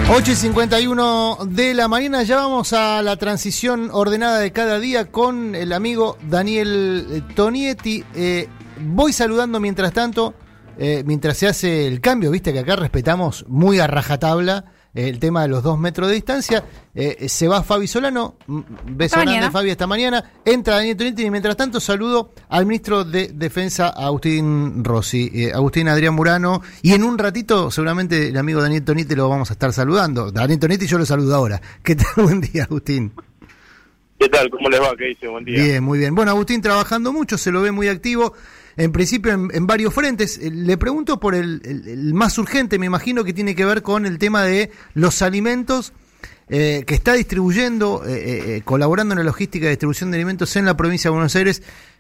8:51 de la mañana, ya vamos a la transición ordenada de cada día con el amigo Daniel Tonietti. Voy saludando mientras tanto, mientras se hace el cambio, viste que acá respetamos muy a rajatabla el tema de los 2 metros de distancia. Se va Fabi Solano, beso grande Fabi esta mañana, entra Daniel Tonietti y mientras tanto saludo al ministro de Defensa, Agustín Rossi, Agustín Adrián Murano, y en un ratito seguramente el amigo Daniel Tonietti lo vamos a estar saludando. Daniel Tonietti yo lo saludo ahora. ¿Qué tal? Buen día, Agustín. ¿Qué tal? ¿Cómo les va? ¿Qué dice? Buen día. Bien, muy bien. Bueno, Agustín trabajando mucho, se lo ve muy activo, en principio en varios frentes. Le pregunto por el más urgente, me imagino que tiene que ver con el tema de los alimentos que está distribuyendo, colaborando en la logística de distribución de alimentos en la provincia de Buenos Aires,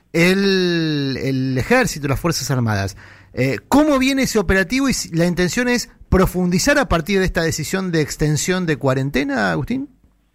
el Ejército, las Fuerzas Armadas. ¿Cómo viene ese operativo y si la intención es profundizar a partir de esta decisión de extensión de cuarentena, Agustín?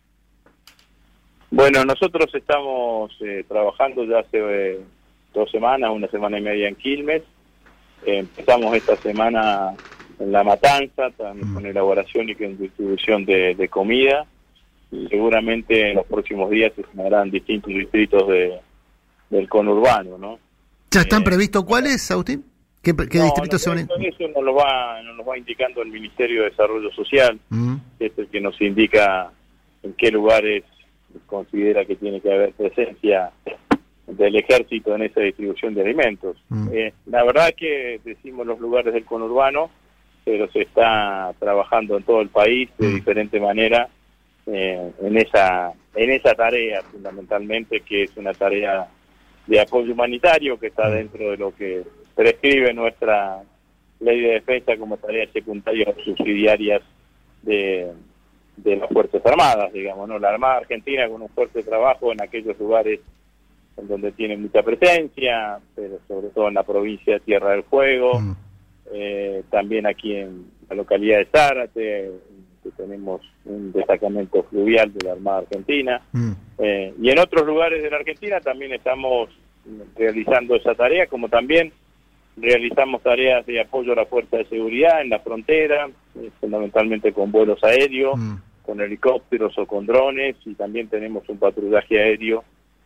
Bueno, nosotros estamos trabajando ya hace 2 semanas, 1 semana y media en Quilmes. Empezamos esta semana en La Matanza, también con elaboración y con distribución de comida. Y seguramente en los próximos días se sumarán distintos distritos del conurbano, ¿no? ¿Ya están previstos cuáles, Agustín? ¿Qué distritos se van a...? Eso nos lo va indicando el Ministerio de Desarrollo Social, que es el que nos indica en qué lugares considera que tiene que haber presencia del ejército en esa distribución de alimentos. La verdad que decimos los lugares del conurbano, pero se está trabajando en todo el país de diferente manera en esa tarea, fundamentalmente, que es una tarea de apoyo humanitario que está dentro de lo que prescribe nuestra ley de defensa como tareas secundarias o subsidiarias de las Fuerzas Armadas, digamos, ¿no? La Armada Argentina con un fuerte trabajo en aquellos lugares en donde tiene mucha presencia, pero sobre todo en la provincia de Tierra del Fuego, también aquí en la localidad de Zárate, que tenemos un destacamento fluvial de la Armada Argentina, y en otros lugares de la Argentina también estamos realizando esa tarea, como también realizamos tareas de apoyo a la fuerza de seguridad en la frontera, fundamentalmente con vuelos aéreos, con helicópteros o con drones, y también tenemos un patrullaje aéreo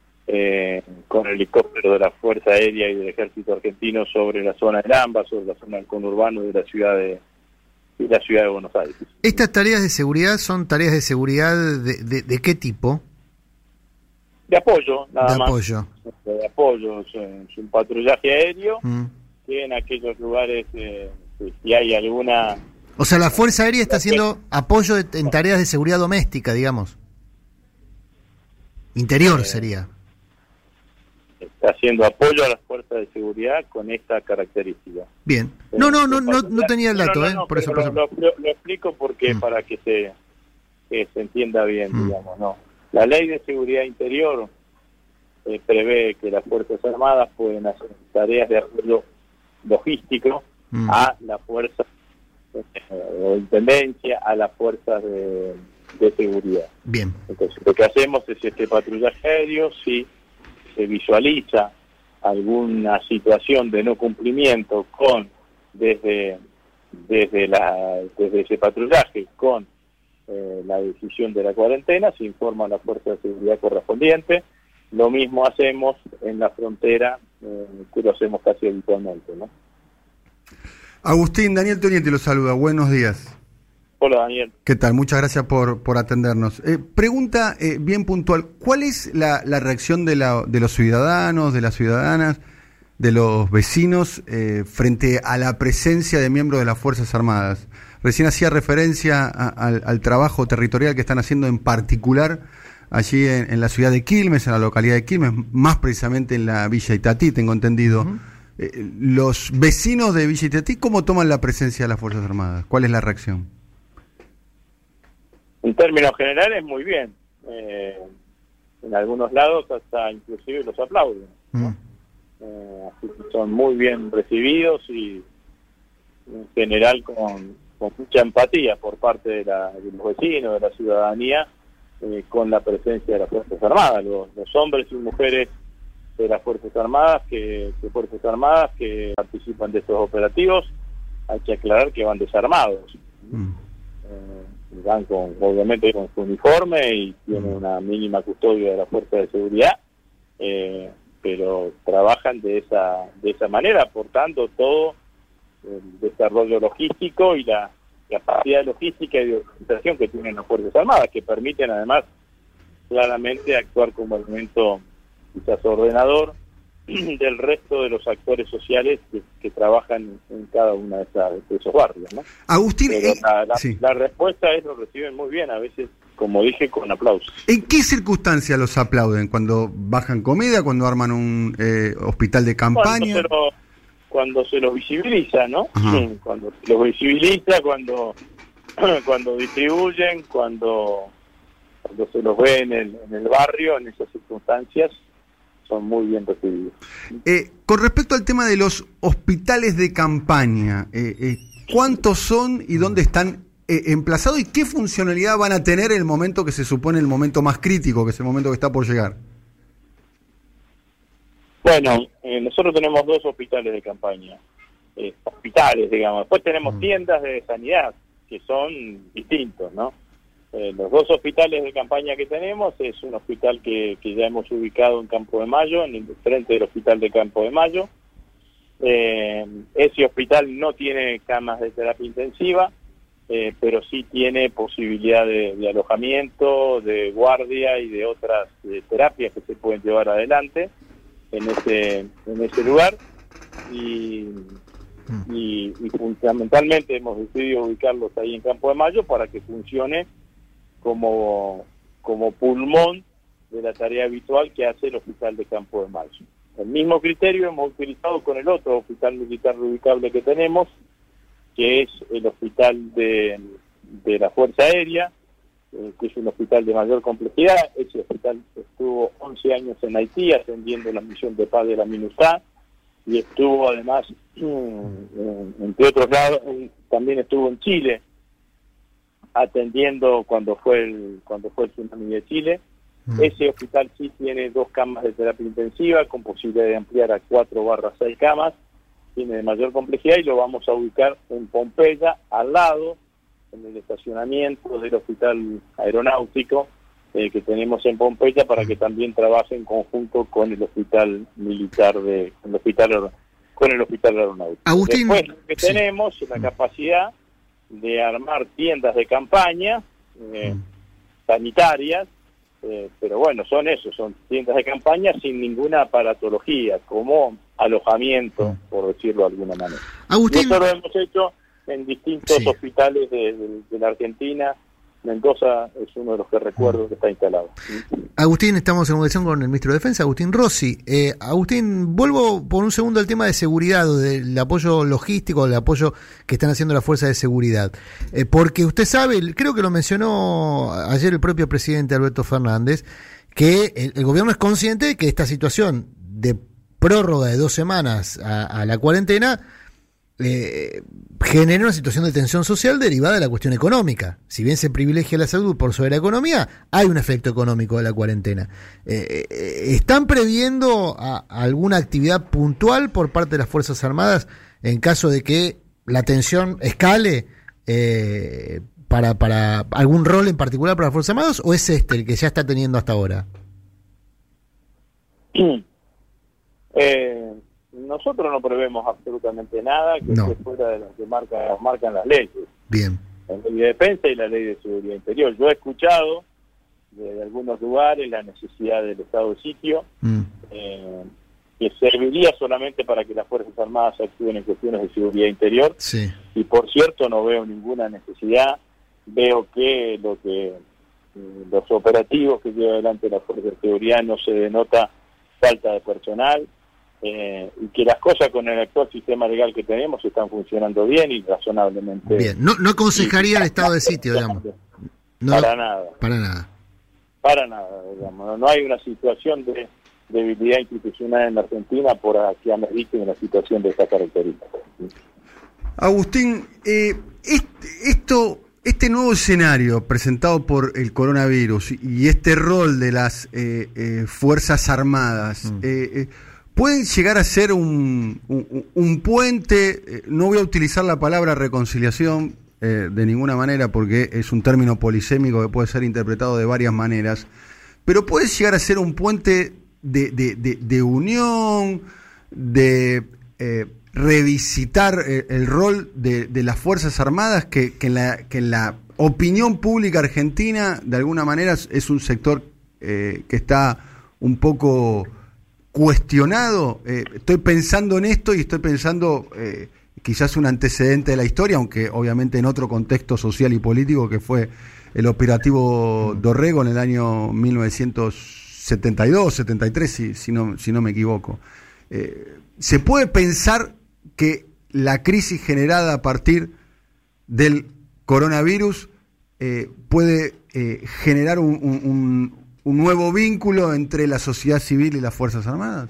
con helicóptero de la Fuerza Aérea y del Ejército Argentino sobre la zona del AMBA, sobre la zona del conurbano de la ciudad de Buenos Aires. ¿Estas tareas de seguridad son tareas de seguridad de qué tipo? De apoyo, nada más. De apoyo, es un patrullaje aéreo que en aquellos lugares, si hay alguna... O sea, la Fuerza Aérea está haciendo apoyo en tareas de seguridad doméstica, digamos. Interior sería. Está haciendo apoyo a las fuerzas de seguridad con esta característica. Bien. No tenía el dato, por eso. Lo explico porque para que se entienda bien, digamos, ¿no? La Ley de Seguridad Interior prevé que las Fuerzas Armadas pueden hacer tareas de apoyo logístico a la fuerza de intendencia, a las fuerzas de seguridad. Bien. Entonces, lo que hacemos es este patrullaje aéreo. Si se visualiza alguna situación de no cumplimiento desde ese patrullaje con la decisión de la cuarentena, se informa a la fuerza de seguridad correspondiente. Lo mismo hacemos en la frontera, que lo hacemos casi habitualmente, ¿no? Agustín, Daniel Tonietti lo saluda, buenos días. Hola, Daniel. ¿Qué tal? Muchas gracias por atendernos. Pregunta bien puntual, ¿cuál es la reacción de los ciudadanos, de las ciudadanas, de los vecinos frente a la presencia de miembros de las Fuerzas Armadas? Recién hacía referencia al trabajo territorial que están haciendo en particular allí en la ciudad de Quilmes, en la localidad de Quilmes, más precisamente en la Villa Itatí, tengo entendido. Los vecinos de Villa Itatí, ¿cómo toman la presencia de las Fuerzas Armadas? ¿Cuál es la reacción? En términos generales, muy bien. En algunos lados hasta inclusive los aplauden, ¿no? Así que son muy bien recibidos y en general con mucha empatía por parte de los vecinos, de la ciudadanía, con la presencia de las Fuerzas Armadas, los hombres y mujeres de las Fuerzas Armadas que participan de estos operativos. Hay que aclarar que van desarmados. van obviamente con su uniforme y tienen una mínima custodia de la fuerza de seguridad, pero trabajan de esa manera, aportando todo el desarrollo logístico y la capacidad logística y de organización que tienen las Fuerzas Armadas, que permiten además claramente actuar como elemento quizás ordenador del resto de los actores sociales que trabajan en cada uno de esos barrios, ¿no? Agustín, sí. La respuesta es lo reciben muy bien, a veces, como dije, con aplausos. ¿En qué circunstancias los aplauden? ¿Cuando bajan comida? ¿Cuando arman un hospital de campaña? Cuando se los visibiliza, ¿no? Sí, cuando se los visibiliza, cuando distribuyen, cuando se los ve en el barrio, en esas circunstancias, son muy bien recibidos. Con respecto al tema de los hospitales de campaña, ¿cuántos son y dónde están emplazados y qué funcionalidad van a tener en el momento que se supone el momento más crítico, que es el momento que está por llegar? Bueno, nosotros tenemos 2 hospitales de campaña, hospitales, digamos. Después tenemos tiendas de sanidad, que son distintos, ¿no? Los 2 hospitales de campaña que tenemos es un hospital que ya hemos ubicado en Campo de Mayo, en el frente del hospital de Campo de Mayo. Ese hospital no tiene camas de terapia intensiva, pero sí tiene posibilidad de alojamiento, de guardia y de otras terapias que se pueden llevar adelante en ese lugar, y fundamentalmente hemos decidido ubicarlos ahí en Campo de Mayo para que funcione como pulmón de la tarea habitual que hace el hospital de Campo de Mayo. El mismo criterio hemos utilizado con el otro hospital militar reubicable que tenemos, que es el hospital de la Fuerza Aérea, que es un hospital de mayor complejidad. Ese hospital estuvo 11 años en Haití atendiendo la misión de paz de la MINUSTAH, y estuvo además, entre otros lados, también estuvo en Chile atendiendo cuando fue el tsunami de Chile. Ese hospital sí tiene 2 camas de terapia intensiva con posibilidad de ampliar a 4/6 camas, tiene de mayor complejidad, y lo vamos a ubicar en Pompeya, al lado, en el estacionamiento del hospital aeronáutico que tenemos en Pompeya, para que también trabaje en conjunto con el hospital militar con el hospital aeronáutico. Agustín, después lo que tenemos es la capacidad de armar tiendas de campaña sanitarias, pero bueno, son tiendas de campaña sin ninguna aparatología, como alojamiento, por decirlo de alguna manera. Agustín, eso lo hemos hecho en distintos hospitales de la Argentina. Mendoza es uno de los que recuerdo que está instalado. Agustín, estamos en comunicación con el ministro de Defensa, Agustín Rossi. Agustín, vuelvo por un segundo al tema de seguridad, del apoyo logístico, del apoyo que están haciendo las fuerzas de seguridad. Porque usted sabe, creo que lo mencionó ayer el propio presidente Alberto Fernández, que el gobierno es consciente de que esta situación de prórroga de 2 semanas a la cuarentena genera una situación de tensión social derivada de la cuestión económica. Si bien se privilegia la salud por sobre la economía, hay un efecto económico de la cuarentena. ¿Están previendo alguna actividad puntual por parte de las Fuerzas Armadas en caso de que la tensión escale para algún rol en particular para las Fuerzas Armadas, o es el que ya está teniendo hasta ahora? Nosotros no prevemos absolutamente nada que esté fuera de lo que marcan las leyes. Bien. La ley de defensa y la ley de seguridad interior. Yo he escuchado de algunos lugares la necesidad del estado de sitio, que serviría solamente para que las Fuerzas Armadas actúen en cuestiones de seguridad interior. Sí. Y por cierto, no veo ninguna necesidad. Veo que los operativos que lleva adelante la Fuerza de Seguridad no se denota falta de personal. Y que las cosas con el actual sistema legal que tenemos están funcionando bien y razonablemente bien. No aconsejaría el estado de sitio, digamos. Para nada, digamos. No hay una situación de debilidad institucional en la Argentina por que amerite una situación de esta característica. Agustín, este nuevo escenario presentado por el coronavirus y este rol de las Fuerzas Armadas, ¿pueden llegar a ser un puente? No voy a utilizar la palabra reconciliación, de ninguna manera, porque es un término polisémico que puede ser interpretado de varias maneras, pero puede llegar a ser un puente de unión, de revisitar el rol de las Fuerzas Armadas, que en la opinión pública argentina, de alguna manera, es un sector que está un poco cuestionado. Estoy pensando en esto y estoy pensando quizás un antecedente de la historia, aunque obviamente en otro contexto social y político, que fue el operativo Dorrego en el año 1972, 73, si no me equivoco. ¿Se puede pensar que la crisis generada a partir del coronavirus puede generar un nuevo vínculo entre la sociedad civil y las Fuerzas Armadas?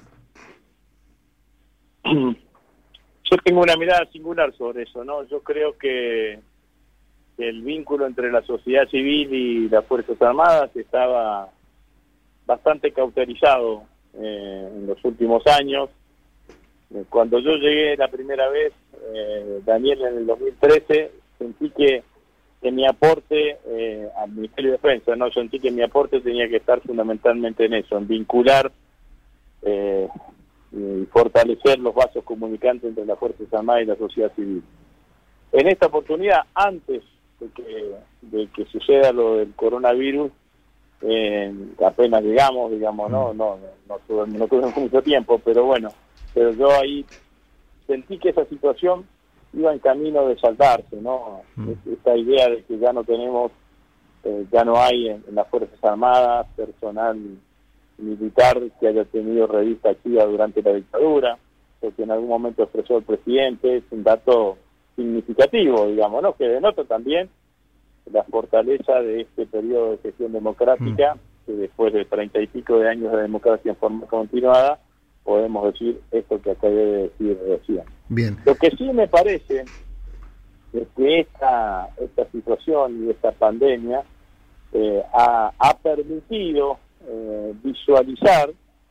Yo tengo una mirada singular sobre eso, ¿no? Yo creo que el vínculo entre la sociedad civil y las Fuerzas Armadas estaba bastante cauterizado en los últimos años. Cuando yo llegué la primera vez, Daniel, en el 2013, sentí que mi aporte al Ministerio de Defensa, no sentí que mi aporte tenía que estar fundamentalmente en eso, en vincular y fortalecer los vasos comunicantes entre las Fuerzas Armadas y la sociedad civil. En esta oportunidad, antes de que suceda lo del coronavirus, apenas llegamos, no tuvimos mucho tiempo, pero yo ahí sentí que esa situación iba en camino de saldarse, ¿no? Esta idea de que ya no tenemos, ya no hay en las Fuerzas Armadas personal militar que haya tenido revista activa durante la dictadura, porque en algún momento expresó el presidente, es un dato significativo, ¿no? Que denota también la fortaleza de este periodo de gestión democrática, que después de 30 y pico de años de democracia en forma continuada, podemos decir esto que acabé de decir recién. Bien. Lo que sí me parece es que esta situación y esta pandemia ha permitido visualizar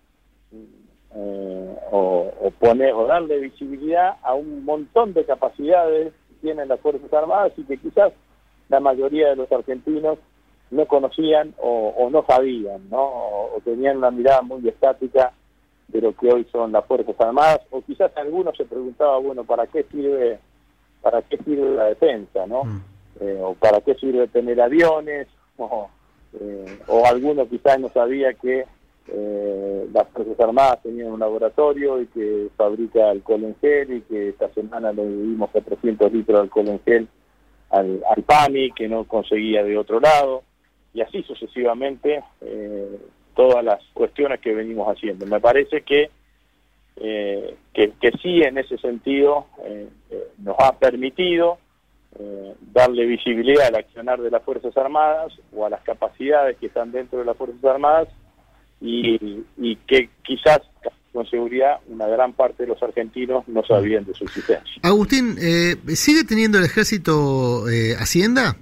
o darle visibilidad a un montón de capacidades que tienen las Fuerzas Armadas y que quizás la mayoría de los argentinos no conocían o no sabían, ¿no? O tenían una mirada muy estática de lo que hoy son las Fuerzas Armadas, o quizás algunos se preguntaba, ¿para qué sirve la defensa, no? O ¿para qué sirve tener aviones? O alguno quizás no sabía que las Fuerzas Armadas tenían un laboratorio y que fabrica alcohol en gel, y que esta semana le dimos 400 litros de alcohol en gel al PAMI, que no conseguía de otro lado, y así sucesivamente todas las cuestiones que venimos haciendo. Me parece que sí, en ese sentido, nos ha permitido darle visibilidad al accionar de las Fuerzas Armadas o a las capacidades que están dentro de las Fuerzas Armadas, y que quizás con seguridad una gran parte de los argentinos no sabían de su existencia. Agustín, ¿sigue teniendo el ejército Hacienda?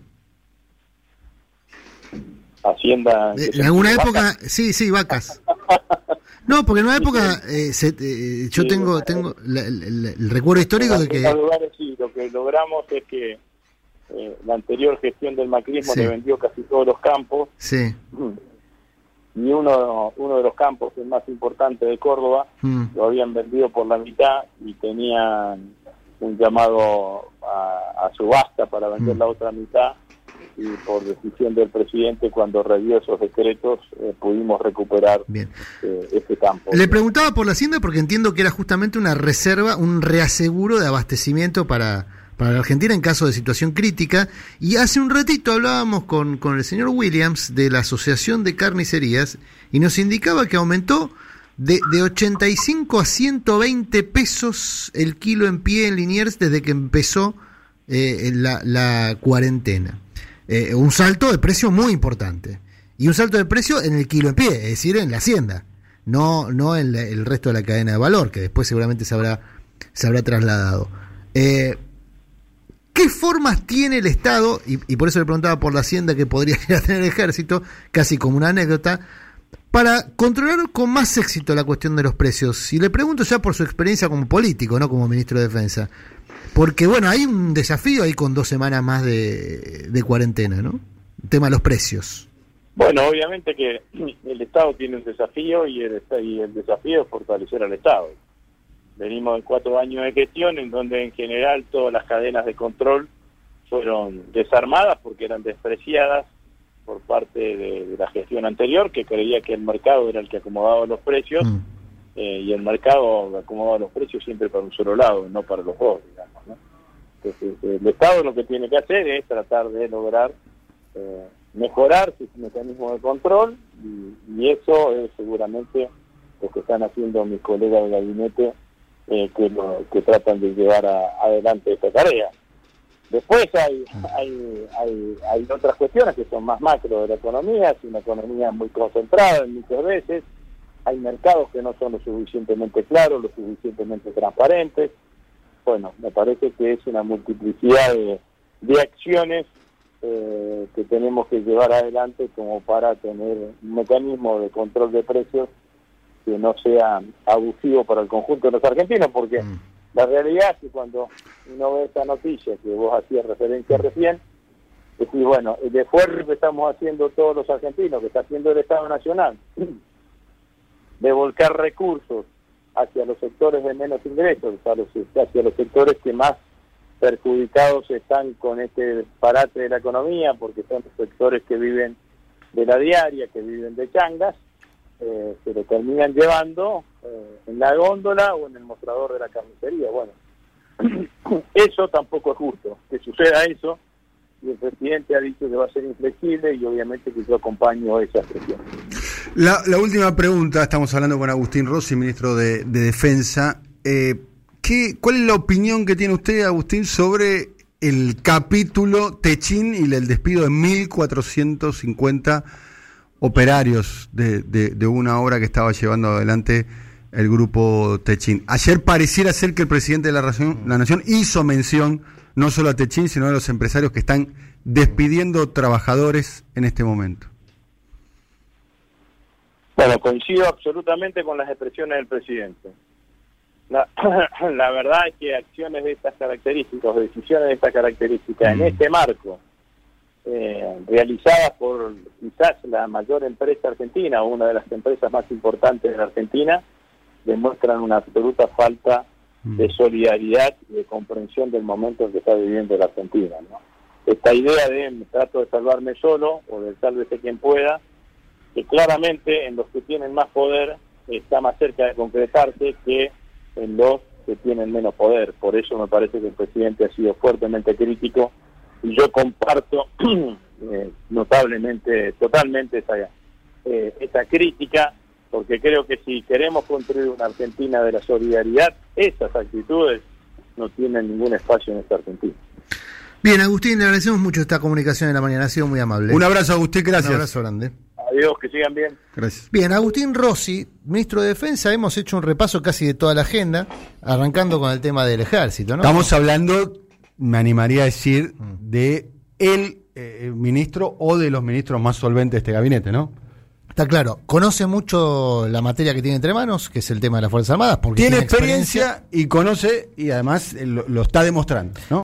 Hacienda... En alguna época, sí, vacas. No, porque en una época yo tengo el recuerdo histórico de que... En lugares, sí, lo que logramos es que la anterior gestión del macrismo le vendió casi todos los campos. Sí. Y uno de los campos, el más importante de Córdoba, lo habían vendido por la mitad y tenían un llamado a subasta para vender la otra mitad, y por decisión del presidente, cuando revió esos decretos, pudimos recuperar este campo. Le preguntaba por la Hacienda porque entiendo que era justamente una reserva, un reaseguro de abastecimiento para la Argentina en caso de situación crítica, y hace un ratito hablábamos con el señor Williams de la Asociación de Carnicerías y nos indicaba que aumentó de 85 a 120 pesos el kilo en pie en Liniers desde que empezó la cuarentena. Un salto de precio muy importante, y un salto de precio en el kilo en pie, es decir, en la Hacienda, no en el resto de la cadena de valor, que después seguramente se habrá trasladado. ¿Qué formas tiene el Estado? Y por eso le preguntaba por la Hacienda, que podría ir a tener el ejército, casi como una anécdota, para controlar con más éxito la cuestión de los precios. Y le pregunto ya por su experiencia como político, no como ministro de Defensa. Porque, bueno, hay un desafío ahí con 2 semanas más de cuarentena, ¿no? El tema de los precios. Bueno, obviamente que el Estado tiene un desafío y el desafío es fortalecer al Estado. Venimos de 4 años de gestión en donde en general todas las cadenas de control fueron desarmadas porque eran despreciadas por parte de la gestión anterior, que creía que el mercado era el que acomodaba los precios, y el mercado acomodaba los precios siempre para un solo lado, no para los dos, digamos, ¿no? Entonces, el Estado lo que tiene que hacer es tratar de lograr mejorar sus mecanismos de control, y eso es seguramente lo que están haciendo mis colegas de gabinete, que tratan de llevar adelante esta tarea. Después hay otras cuestiones que son más macro de la economía. Es una economía muy concentrada muchas veces, hay mercados que no son lo suficientemente claros, lo suficientemente transparentes. Bueno, me parece que es una multiplicidad de acciones que tenemos que llevar adelante como para tener un mecanismo de control de precios que no sea abusivo para el conjunto de los argentinos, porque la realidad es que cuando uno ve esta noticia que vos hacías referencia recién, es decir, bueno, el esfuerzo que estamos haciendo todos los argentinos, que está haciendo el Estado Nacional, de volcar recursos hacia los sectores de menos ingresos, hacia los sectores que más perjudicados están con este disparate de la economía, porque son los sectores que viven de la diaria, que viven de changas, se lo terminan llevando en la góndola o en el mostrador de la carnicería. Bueno, eso tampoco es justo, que suceda eso, y el presidente ha dicho que va a ser inflexible, y obviamente que yo acompaño esa expresión. La última pregunta, estamos hablando con Agustín Rossi, ministro de Defensa. ¿Cuál es la opinión que tiene usted, Agustín, sobre el capítulo Techin y el despido de 1.450 operarios de una obra que estaba llevando adelante el grupo Techin? Ayer pareciera ser que el presidente de la Nación hizo mención no solo a Techin, sino a los empresarios que están despidiendo trabajadores en este momento. Bueno, coincido absolutamente con las expresiones del presidente. La verdad es que acciones de estas características, o decisiones de estas características, en este marco, realizadas por quizás la mayor empresa argentina, o una de las empresas más importantes de la Argentina, demuestran una absoluta falta de solidaridad y de comprensión del momento que está viviendo la Argentina, ¿no? Esta idea de trato de salvarme solo, o de sálvese quien pueda, que claramente en los que tienen más poder está más cerca de concretarse que en los que tienen menos poder. Por eso me parece que el presidente ha sido fuertemente crítico, y yo comparto totalmente esta crítica, porque creo que si queremos construir una Argentina de la solidaridad, esas actitudes no tienen ningún espacio en esta Argentina. Bien, Agustín, le agradecemos mucho esta comunicación en la mañana, ha sido muy amable. Un abrazo, Agustín, gracias. Un abrazo grande. Adiós, que sigan bien. Gracias. Bien, Agustín Rossi, ministro de Defensa. Hemos hecho un repaso casi de toda la agenda, arrancando con el tema del ejército, ¿no? Estamos hablando, me animaría a decir, de el ministro o de los ministros más solventes de este gabinete, ¿no? Está claro, conoce mucho la materia que tiene entre manos, que es el tema de las Fuerzas Armadas, porque tiene experiencia y conoce, y además lo está demostrando, ¿no?